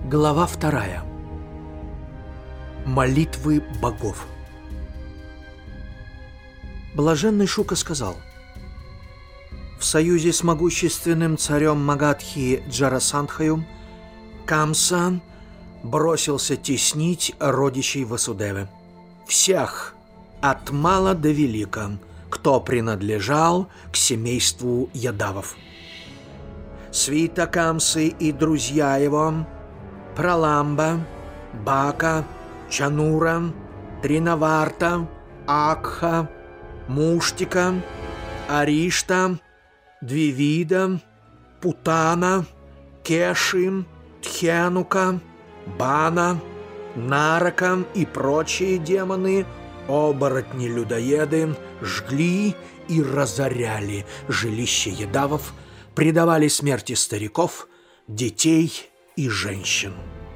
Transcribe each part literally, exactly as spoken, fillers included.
Глава вторая. Молитвы богов. Блаженный Шука сказал: в союзе с могущественным царем Магадхи Джарасандхою Камса бросился теснить родичей Васудевы. Всех, от мала до велика, кто принадлежал к семейству Ядавов. Свита Камсы и друзья его — Праламба, Бака, Чанура, Тринаварта, Акха, Муштика, Аришта, Двивида, Путана, Кеши, Тхенука, Бана, Нарака и прочие демоны, оборотни-людоеды, жгли и разоряли жилища Ядавов, предавали смерти стариков, детей и женщин.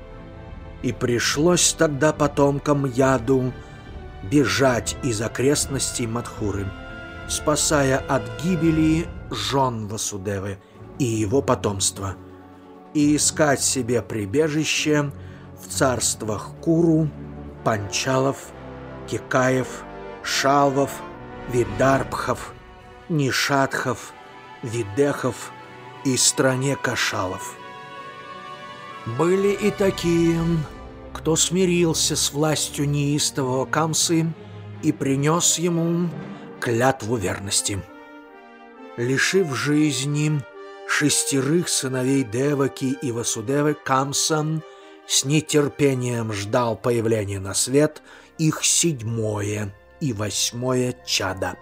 И пришлось тогда потомкам Яду бежать из окрестностей Мадхуры, спасая от гибели жен Васудевы и его потомства, и искать себе прибежище в царствах Куру, Панчалов, Кекаев, Шалвов, Видарбхов, Нишадхов, Видехов и стране Кашалов. Были и такие, кто смирился с властью неистового Камсы и принес ему клятву верности. Лишив жизни шестерых сыновей Деваки и Васудевы, Камса с нетерпением ждал появления на свет их седьмое и восьмое чадо.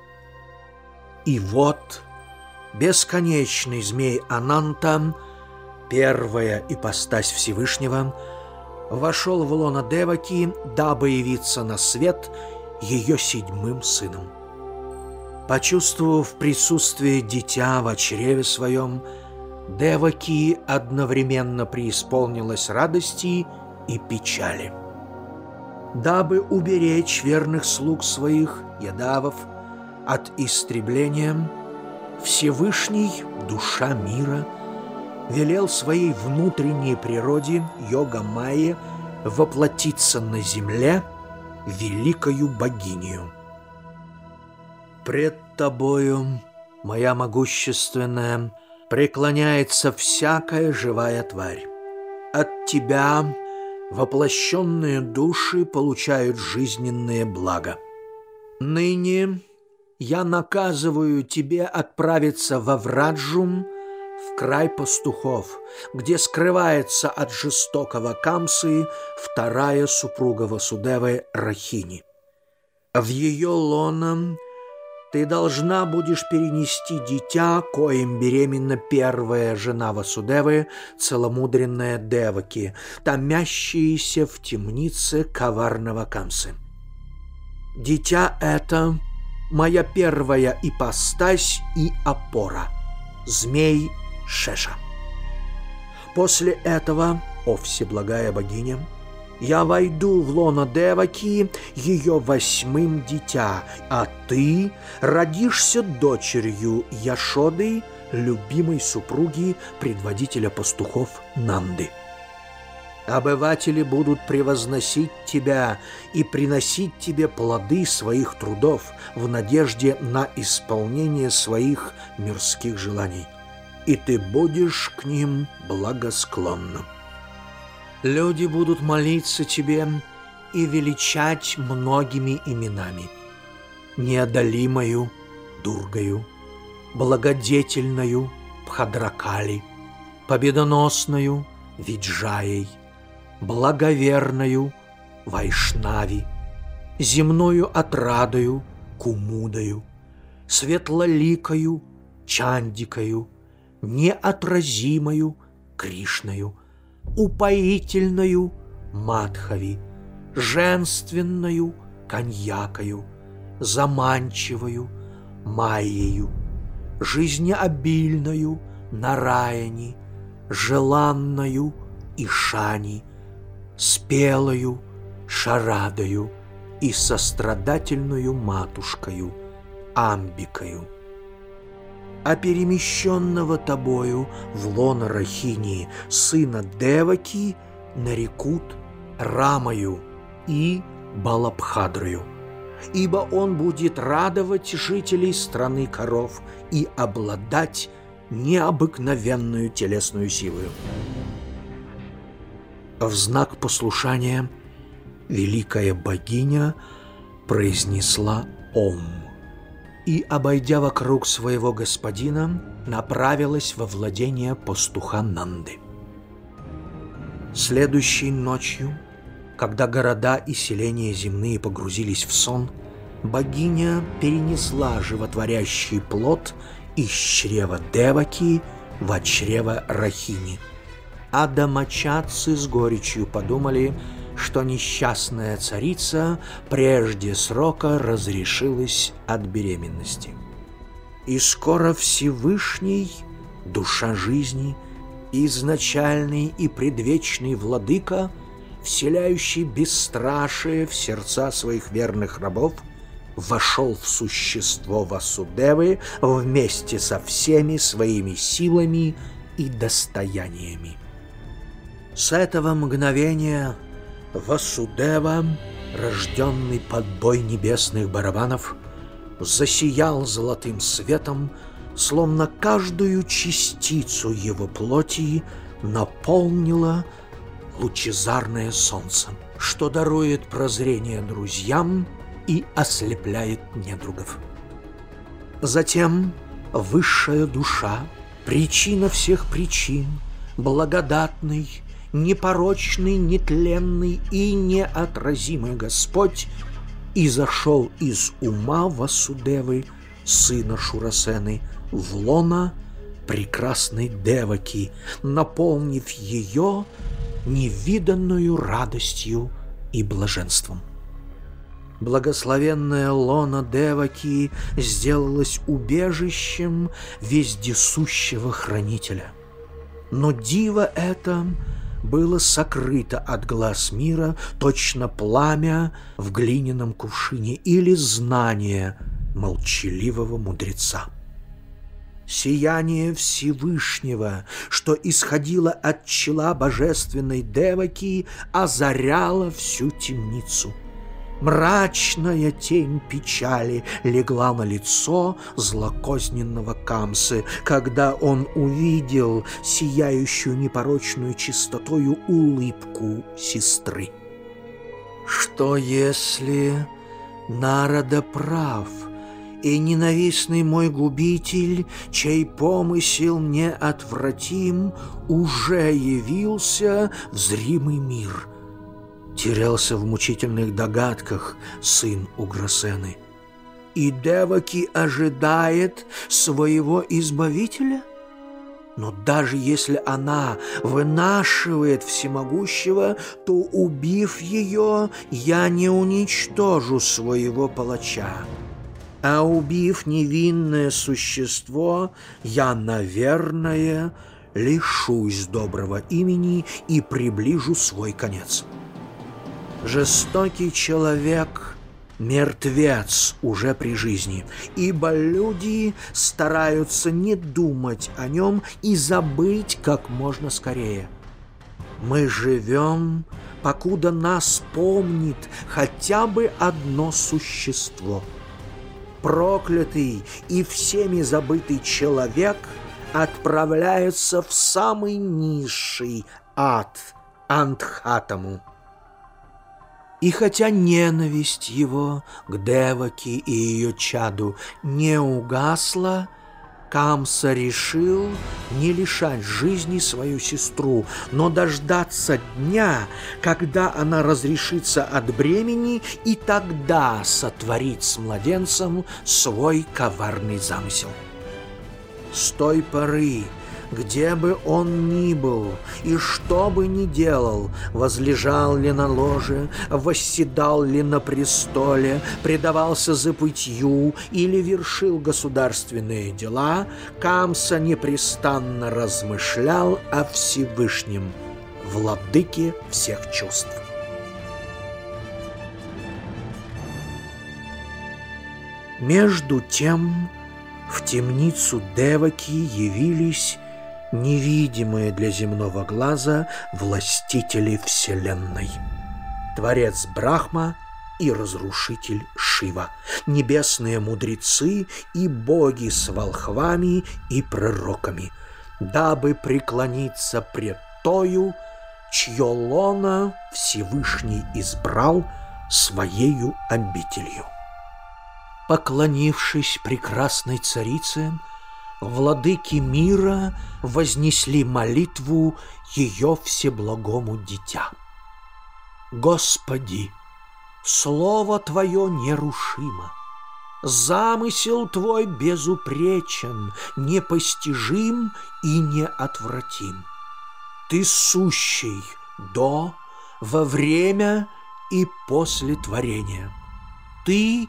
И вот бесконечный змей Ананта, первая ипостась Всевышнего, вошел в лоно Деваки, дабы явиться на свет ее седьмым сыном. Почувствовав присутствие дитя в чреве своем, Деваки одновременно преисполнилась радости и печали. Дабы уберечь верных слуг своих, Ядавов, от истребления, Всевышний, душа мира, велел своей внутренней природе Йога-майе воплотиться на земле великою богинею. «Пред тобою, моя могущественная, преклоняется всякая живая тварь. От тебя воплощенные души получают жизненные блага. Ныне я наказываю тебе отправиться во Враджум, в край пастухов, где скрывается от жестокого Камсы вторая супруга Васудевы Рахини. В ее лоно ты должна будешь перенести дитя, коим беременна первая жена Васудевы, целомудренная Деваки, томящаяся в темнице коварного Камсы. Дитя это — моя первая ипостась и опора, змей Шеша. После этого, о всеблагая богиня, я войду в лоно Деваки, ее восьмым дитя, а ты родишься дочерью Яшоды, любимой супруги предводителя пастухов Нанды. Обыватели будут превозносить тебя и приносить тебе плоды своих трудов в надежде на исполнение своих мирских желаний, и ты будешь к ним благосклонна. Люди будут молиться тебе и величать многими именами: неодолимою Дургою, благодетельною Пхадракали, победоносною Виджаей, благоверною Вайшнави, земною отрадою Кумудою, светлоликою Чандикою, неотразимою Кришною, упоительною Мадхави, женственною Коньякою, заманчивою Майею, жизнеобильною Нараяни, желанною Ишани, спелою Шарадою и сострадательную матушкою Амбикою. А перемещенного тобою в лоно Рахини сына Деваки нарекут Рамою и Балабхадрою, ибо он будет радовать жителей страны коров и обладать необыкновенную телесную силою. В знак послушания великая богиня произнесла «Ом» и, обойдя вокруг своего господина, направилась во владение пастуха Нанды. Следующей ночью, когда города и селения земные погрузились в сон, богиня перенесла животворящий плод из чрева Деваки во чрево Рахини. А домочадцы с горечью подумали, что несчастная царица прежде срока разрешилась от беременности. И скоро Всевышний, душа жизни, изначальный и предвечный владыка, вселяющий бесстрашие в сердца своих верных рабов, вошел в существо Васудевы вместе со всеми своими силами и достояниями. С этого мгновения Васудева, рожденный под бой небесных барабанов, засиял золотым светом, словно каждую частицу его плоти наполнило лучезарное солнце, что дарует прозрение друзьям и ослепляет недругов. Затем высшая душа, причина всех причин, благодатный, непорочный, нетленный и неотразимый Господь, изошел из ума Васудевы, сына Шурасены, в лона прекрасной Деваки, наполнив ее невиданную радостью и блаженством. Благословенная лона Деваки сделалась убежищем вездесущего хранителя. Но диво это было сокрыто от глаз мира, точно пламя в глиняном кувшине или знание молчаливого мудреца. Сияние Всевышнего, что исходило от чела божественной Деваки, озаряло всю темницу. Мрачная тень печали легла на лицо злокозненного Камсы, когда он увидел сияющую непорочную чистотою улыбку сестры. Что если Нарада прав, и ненавистный мой губитель, чей помысел неотвратим, уже явился в зримый мир? Терялся в мучительных догадках сын Уграсены. И Деваки ожидает своего избавителя? Но даже если она вынашивает всемогущего, то, убив ее, я не уничтожу своего палача. А убив невинное существо, я, наверное, лишусь доброго имени и приближу свой конец. Жестокий человек — мертвец уже при жизни, ибо люди стараются не думать о нем и забыть как можно скорее. Мы живем, покуда нас помнит хотя бы одно существо. Проклятый и всеми забытый человек отправляется в самый низший ад — Андхатаму. И хотя ненависть его к Деваки и ее чаду не угасла, Камса решил не лишать жизни свою сестру, но дождаться дня, когда она разрешится от бремени, и тогда сотворить с младенцем свой коварный замысел. С той поры, где бы он ни был и что бы ни делал, возлежал ли на ложе, восседал ли на престоле, предавался забытью или вершил государственные дела, Камса непрестанно размышлял о Всевышнем, владыке всех чувств. Между тем в темницу Деваки явились невидимые для земного глаза властители Вселенной. Творец Брахма и разрушитель Шива, небесные мудрецы и боги с волхвами и пророками, дабы преклониться пред Тою, чье лоно Всевышний избрал своею обителью. Поклонившись прекрасной царице, владыки мира вознесли молитву ее всеблагому дитя. Господи, слово Твое нерушимо, замысел Твой безупречен, непостижим и неотвратим. Ты сущий до, во время и после творения. Ты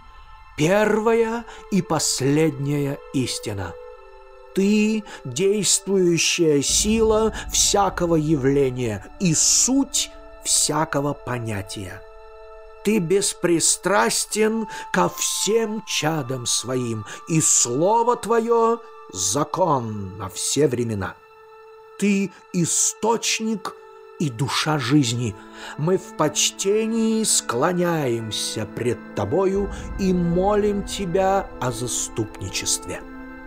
первая и последняя истина. Ты действующая сила всякого явления и суть всякого понятия. Ты беспристрастен ко всем чадам своим, и слово Твое — закон на все времена. Ты источник и душа жизни. Мы в почтении склоняемся пред Тобою и молим Тебя о заступничестве.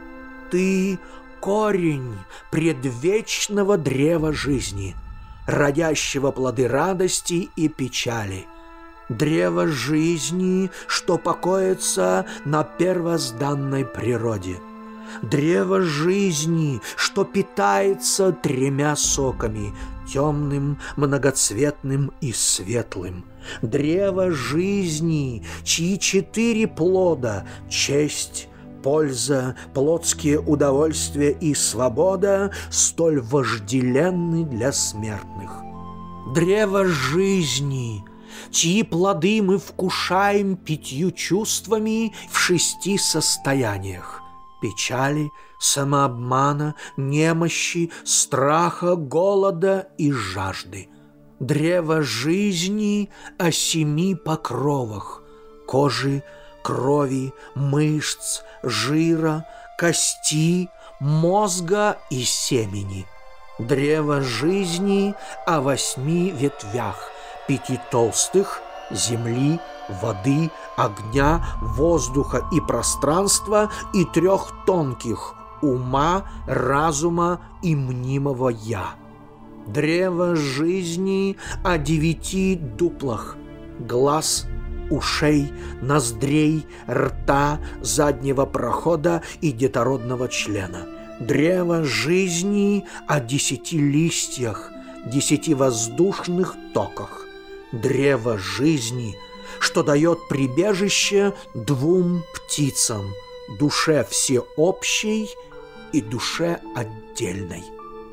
Ты — корень предвечного древа жизни, родящего плоды радости и печали, древо жизни, что покоится на первозданной природе, древо жизни, что питается тремя соками — темным, многоцветным и светлым, древо жизни, чьи четыре плода — честь, польза, плотские удовольствия и свобода — столь вожделенны для смертных. Древо жизни, чьи плоды мы вкушаем пятью чувствами в шести состояниях — печали, самообмана, немощи, страха, голода и жажды. Древо жизни о семи покровах — кожи, крови, мышц, жира, кости, мозга и семени. Древо жизни о восьми ветвях — пяти толстых — земли, воды, огня, воздуха и пространства, и трех тонких — ума, разума и мнимого «я». Древо жизни о девяти дуплах — глаз, ушей, ноздрей, рта, заднего прохода и детородного члена. Древо жизни о десяти листьях, десяти воздушных токах. Древо жизни, что дает прибежище двум птицам — душе всеобщей и душе отдельной.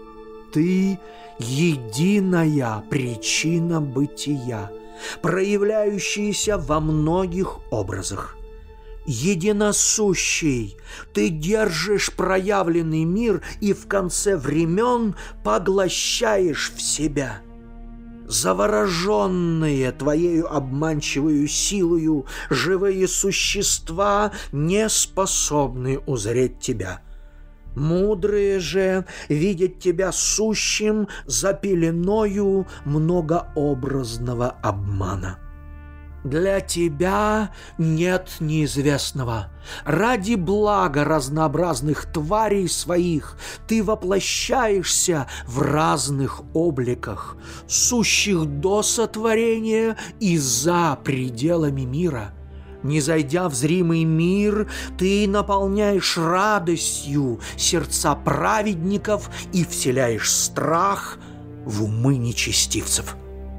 Ты — единая причина бытия, проявляющаяся во многих образах. Единосущий, ты держишь проявленный мир и в конце времен поглощаешь в себя. Завороженные твоею обманчивою силою, живые существа не способны узреть тебя. Мудрые же видят тебя сущим за пеленою многообразного обмана. Для тебя нет неизвестного. Ради блага разнообразных тварей своих ты воплощаешься в разных обликах, сущих до сотворения и за пределами мира. Не зайдя в зримый мир, ты наполняешь радостью сердца праведников и вселяешь страх в умы нечестивцев.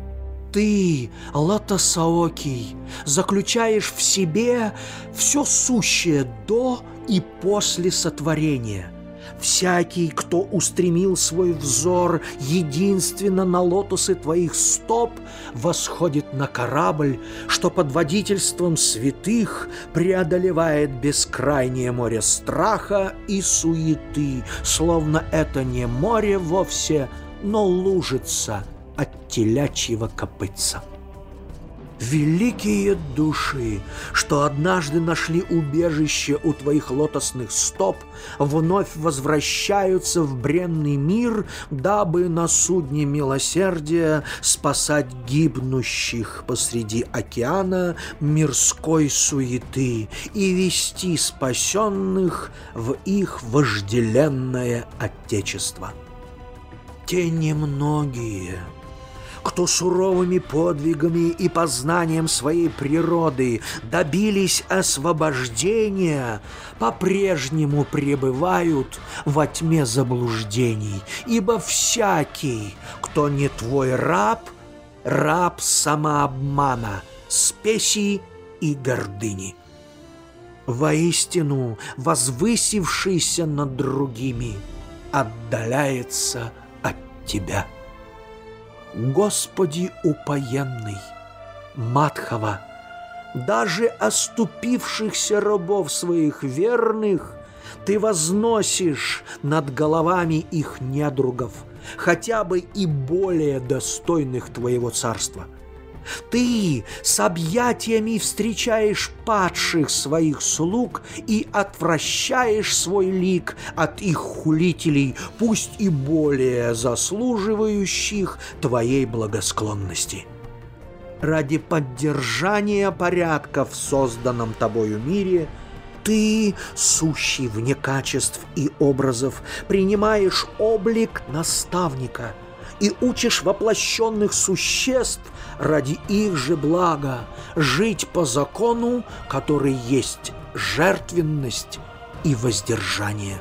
Ты, Лотосоокий, заключаешь в себе все сущее до и после сотворения. Всякий, кто устремил свой взор единственно на лотосы твоих стоп, восходит на корабль, что под водительством святых преодолевает бескрайнее море страха и суеты, словно это не море вовсе, но лужица от телячьего копытца. Великие души, что однажды нашли убежище у твоих лотосных стоп, вновь возвращаются в бренный мир, дабы на судне милосердия спасать гибнущих посреди океана мирской суеты и вести спасенных в их вожделенное отечество. Те немногие, кто суровыми подвигами и познанием своей природы добились освобождения, по-прежнему пребывают во тьме заблуждений, ибо всякий, кто не твой раб, раб самообмана, спеси и гордыни. Воистину, возвысившийся над другими отдаляется от тебя. Господи упоенный, Мадхава, даже оступившихся рабов своих верных ты возносишь над головами их недругов, хотя бы и более достойных твоего царства. Ты с объятиями встречаешь падших своих слуг и отвращаешь свой лик от их хулителей, пусть и более заслуживающих твоей благосклонности. Ради поддержания порядка в созданном тобою мире ты, сущий вне качеств и образов, принимаешь облик наставника и учишь воплощенных существ ради их же блага жить по закону, который есть жертвенность и воздержание.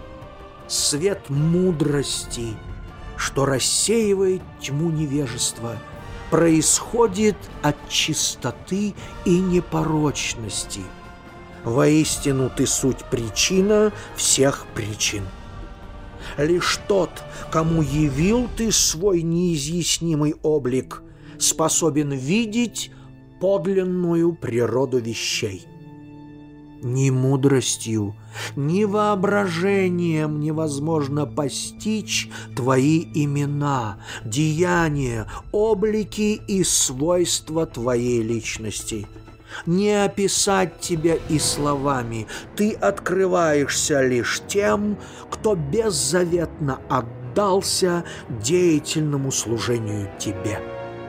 Свет мудрости, что рассеивает тьму невежества, происходит от чистоты и непорочности. Воистину ты суть причина всех причин. Лишь тот, кому явил ты свой неизъяснимый облик, способен видеть подлинную природу вещей. Ни мудростью, ни воображением невозможно постичь твои имена, деяния, облики и свойства твоей личности. Не описать тебя и словами, ты открываешься лишь тем, кто беззаветно отдался деятельному служению тебе.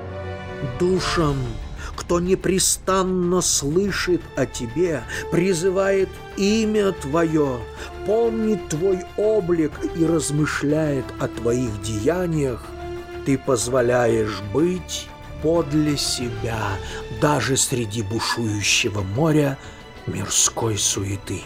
Душам, кто непрестанно слышит о тебе, призывает имя твое, помнит твой облик и размышляет о твоих деяниях, ты позволяешь быть подле себя даже среди бушующего моря мирской суеты.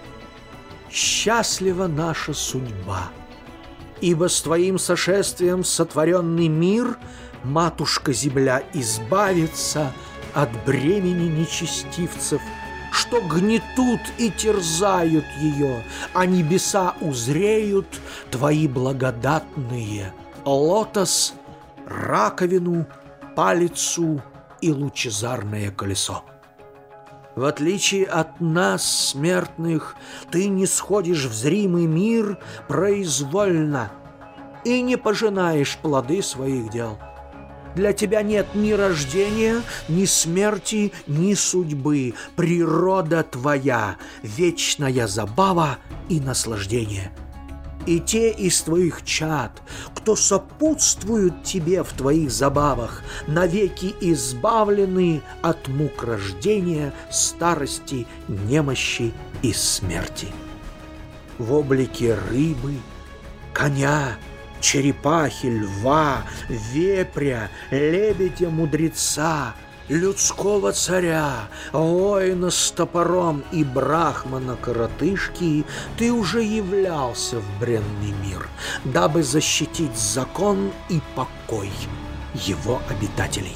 Счастлива наша судьба, ибо с твоим сошествием сотворенный мир, матушка-земля, избавится от бремени нечестивцев, что гнетут и терзают ее, а небеса узреют твои благодатные лотос, раковину, палицу и лучезарное колесо. В отличие от нас, смертных, ты не сходишь в зримый мир произвольно и не пожинаешь плоды своих дел. Для тебя нет ни рождения, ни смерти, ни судьбы. Природа твоя — вечная забава и наслаждение. И те из твоих чад, кто сопутствуют тебе в твоих забавах, навеки избавлены от мук рождения, старости, немощи и смерти. В облике рыбы, коня, черепахи, льва, вепря, лебедя-мудреца, людского царя, воина с топором и брахмана-коротышки ты уже являлся в бренный мир, дабы защитить закон и покой его обитателей.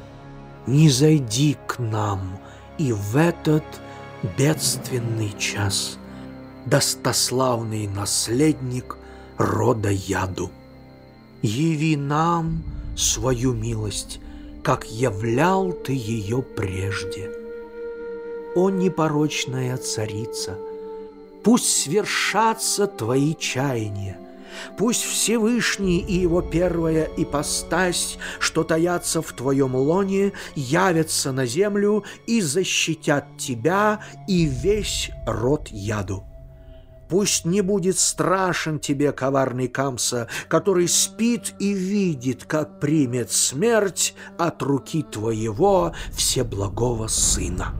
Низойди к нам и в этот бедственный час, достославный наследник рода Яду. Яви нам свою милость, как являл ты ее прежде. О непорочная царица, пусть свершатся твои чаяния, Пусть Всевышний и его первая ипостась, что таятся в твоем лоне, явятся на землю и защитят тебя и весь род яду. Пусть не будет страшен тебе коварный Камса, который спит и видит, как примет смерть от руки твоего всеблагого сына.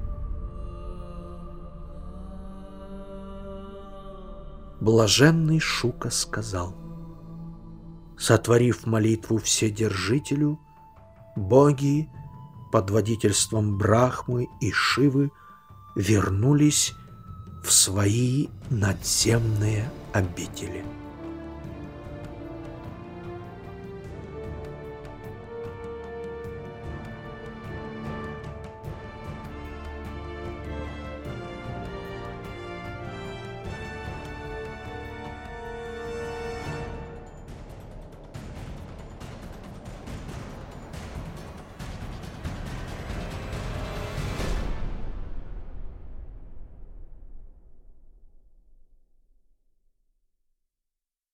Блаженный Шука сказал: сотворив молитву Вседержителю, боги под водительством Брахмы и Шивы вернулись в свои надземные обители.